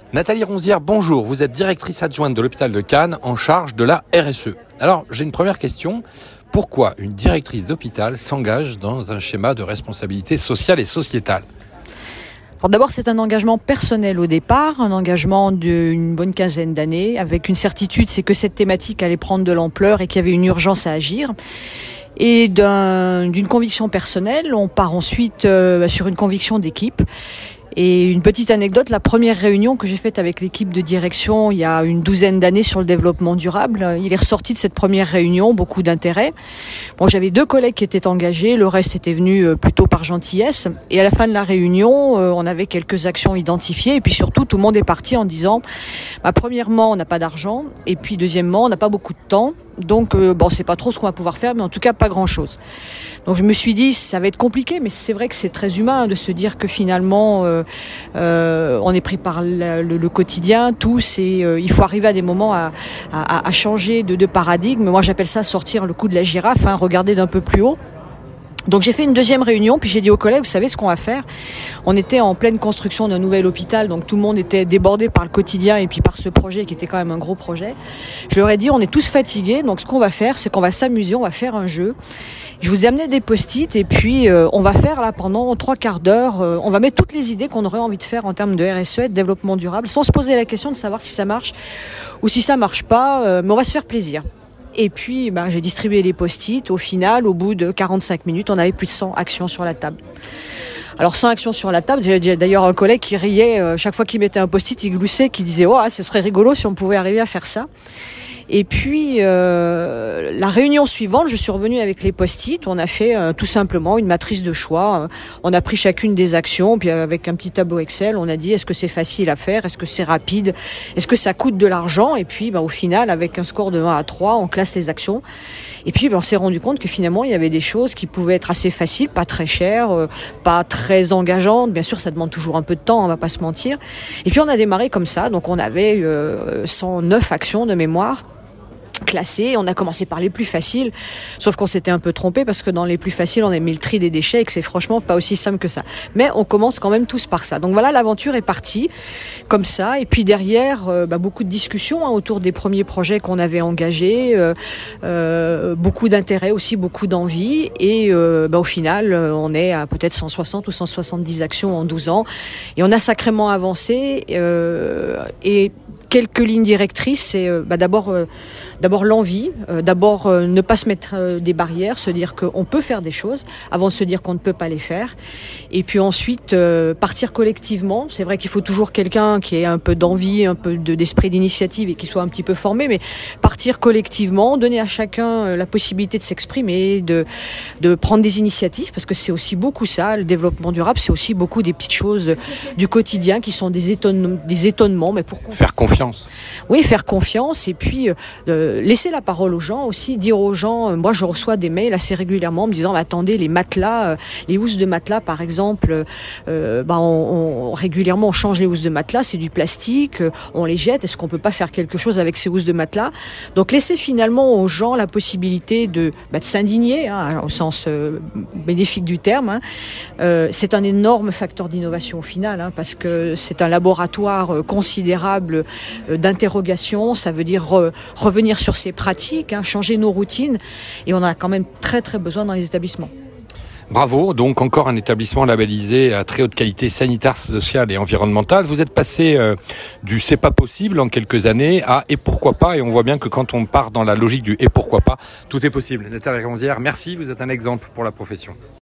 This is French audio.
Nathalie Ronzière, bonjour. Vous êtes directrice adjointe de l'hôpital de Cannes en charge de la RSE. Alors, j'ai une première question. Pourquoi une directrice d'hôpital s'engage dans un schéma de responsabilité sociale et sociétale ? Alors d'abord, c'est un engagement personnel au départ, un engagement d'une bonne quinzaine d'années, avec une certitude, c'est que cette thématique allait prendre de l'ampleur et qu'il y avait une urgence à agir. Et d'une conviction personnelle, on part ensuite sur une conviction d'équipe. Et une petite anecdote, la première réunion que j'ai faite avec l'équipe de direction il y a une douzaine d'années sur le développement durable, il est ressorti de cette première réunion beaucoup d'intérêt. Bon, j'avais 2 collègues qui étaient engagés, le reste était venu plutôt par gentillesse. Et à la fin de la réunion, on avait quelques actions identifiées. Et puis surtout, tout le monde est parti en disant, premièrement, on n'a pas d'argent. Et puis deuxièmement, on n'a pas beaucoup de temps. Donc, c'est pas trop ce qu'on va pouvoir faire, mais en tout cas, pas grand-chose. Donc, je me suis dit, ça va être compliqué, mais c'est vrai que c'est très humain de se dire que finalement, on est pris par le quotidien, tous, et il faut arriver à des moments à changer de paradigme. Moi, j'appelle ça sortir le cou de la girafe, regarder d'un peu plus haut. Donc j'ai fait une deuxième réunion, puis j'ai dit aux collègues, vous savez ce qu'on va faire ? On était en pleine construction d'un nouvel hôpital, donc tout le monde était débordé par le quotidien et puis par ce projet qui était quand même un gros projet. Je leur ai dit, on est tous fatigués, donc ce qu'on va faire, c'est qu'on va s'amuser, on va faire un jeu. Je vous ai amené des post-it et puis on va faire là pendant 3/4 d'heure, on va mettre toutes les idées qu'on aurait envie de faire en termes de RSE, de développement durable, sans se poser la question de savoir si ça marche ou si ça marche pas, mais on va se faire plaisir. Et puis, j'ai distribué les post-it. Au final, au bout de 45 minutes, on avait plus de 100 actions sur la table. Alors, 100 actions sur la table, j'ai d'ailleurs un collègue qui riait chaque fois qu'il mettait un post-it, il gloussait, qui disait « Oh, ce serait rigolo si on pouvait arriver à faire ça ». Et puis, la réunion suivante, je suis revenue avec les post-it. On a fait tout simplement une matrice de choix. On a pris chacune des actions, puis avec un petit tableau Excel, on a dit est-ce que c'est facile à faire, est-ce que c'est rapide, est-ce que ça coûte de l'argent. Et puis, au final, avec un score de 1 à 3, on classe les actions. Et puis, on s'est rendu compte que finalement, il y avait des choses qui pouvaient être assez faciles, pas très chères, pas très engageantes. Bien sûr, ça demande toujours un peu de temps, on va pas se mentir. Et puis, on a démarré comme ça. Donc, on avait 109 actions de mémoire classés. On a commencé par les plus faciles, sauf qu'on s'était un peu trompé parce que dans les plus faciles, on a mis le tri des déchets et que c'est franchement pas aussi simple que ça. Mais on commence quand même tous par ça. Donc voilà, l'aventure est partie comme ça. Et puis derrière, beaucoup de discussions autour des premiers projets qu'on avait engagés, beaucoup d'intérêt aussi, beaucoup d'envie. Et au final, on est à peut-être 160 ou 170 actions en 12 ans. Et on a sacrément avancé. Et quelques lignes directrices, c'est d'abord l'envie, ne pas se mettre des barrières, se dire qu'on peut faire des choses avant de se dire qu'on ne peut pas les faire. Et puis ensuite, partir collectivement. C'est vrai qu'il faut toujours quelqu'un qui ait un peu d'envie, un peu d'esprit d'initiative et qui soit un petit peu formé, mais partir collectivement, donner à chacun la possibilité de s'exprimer, de prendre des initiatives, parce que c'est aussi beaucoup ça, le développement durable, c'est aussi beaucoup des petites choses du quotidien qui sont des étonnements, mais pour faire confiance. Oui, faire confiance et puis laisser la parole aux gens aussi, dire aux gens, moi je reçois des mails assez régulièrement me disant attendez, les matelas, les housses de matelas par exemple, régulièrement on change les housses de matelas, c'est du plastique, on les jette, est-ce qu'on peut pas faire quelque chose avec ces housses de matelas ? Donc laisser finalement aux gens la possibilité de s'indigner, au sens bénéfique du terme, c'est un énorme facteur d'innovation au final, parce que c'est un laboratoire considérable d'interrogation, ça veut dire revenir sur ses pratiques, changer nos routines, et on a quand même très très besoin dans les établissements. Bravo, donc encore un établissement labellisé à très haute qualité sanitaire, sociale et environnementale. Vous êtes passé du c'est pas possible en quelques années à et pourquoi pas, et on voit bien que quand on part dans la logique du et pourquoi pas, tout est possible. Nathalie Ronzière, merci, vous êtes un exemple pour la profession.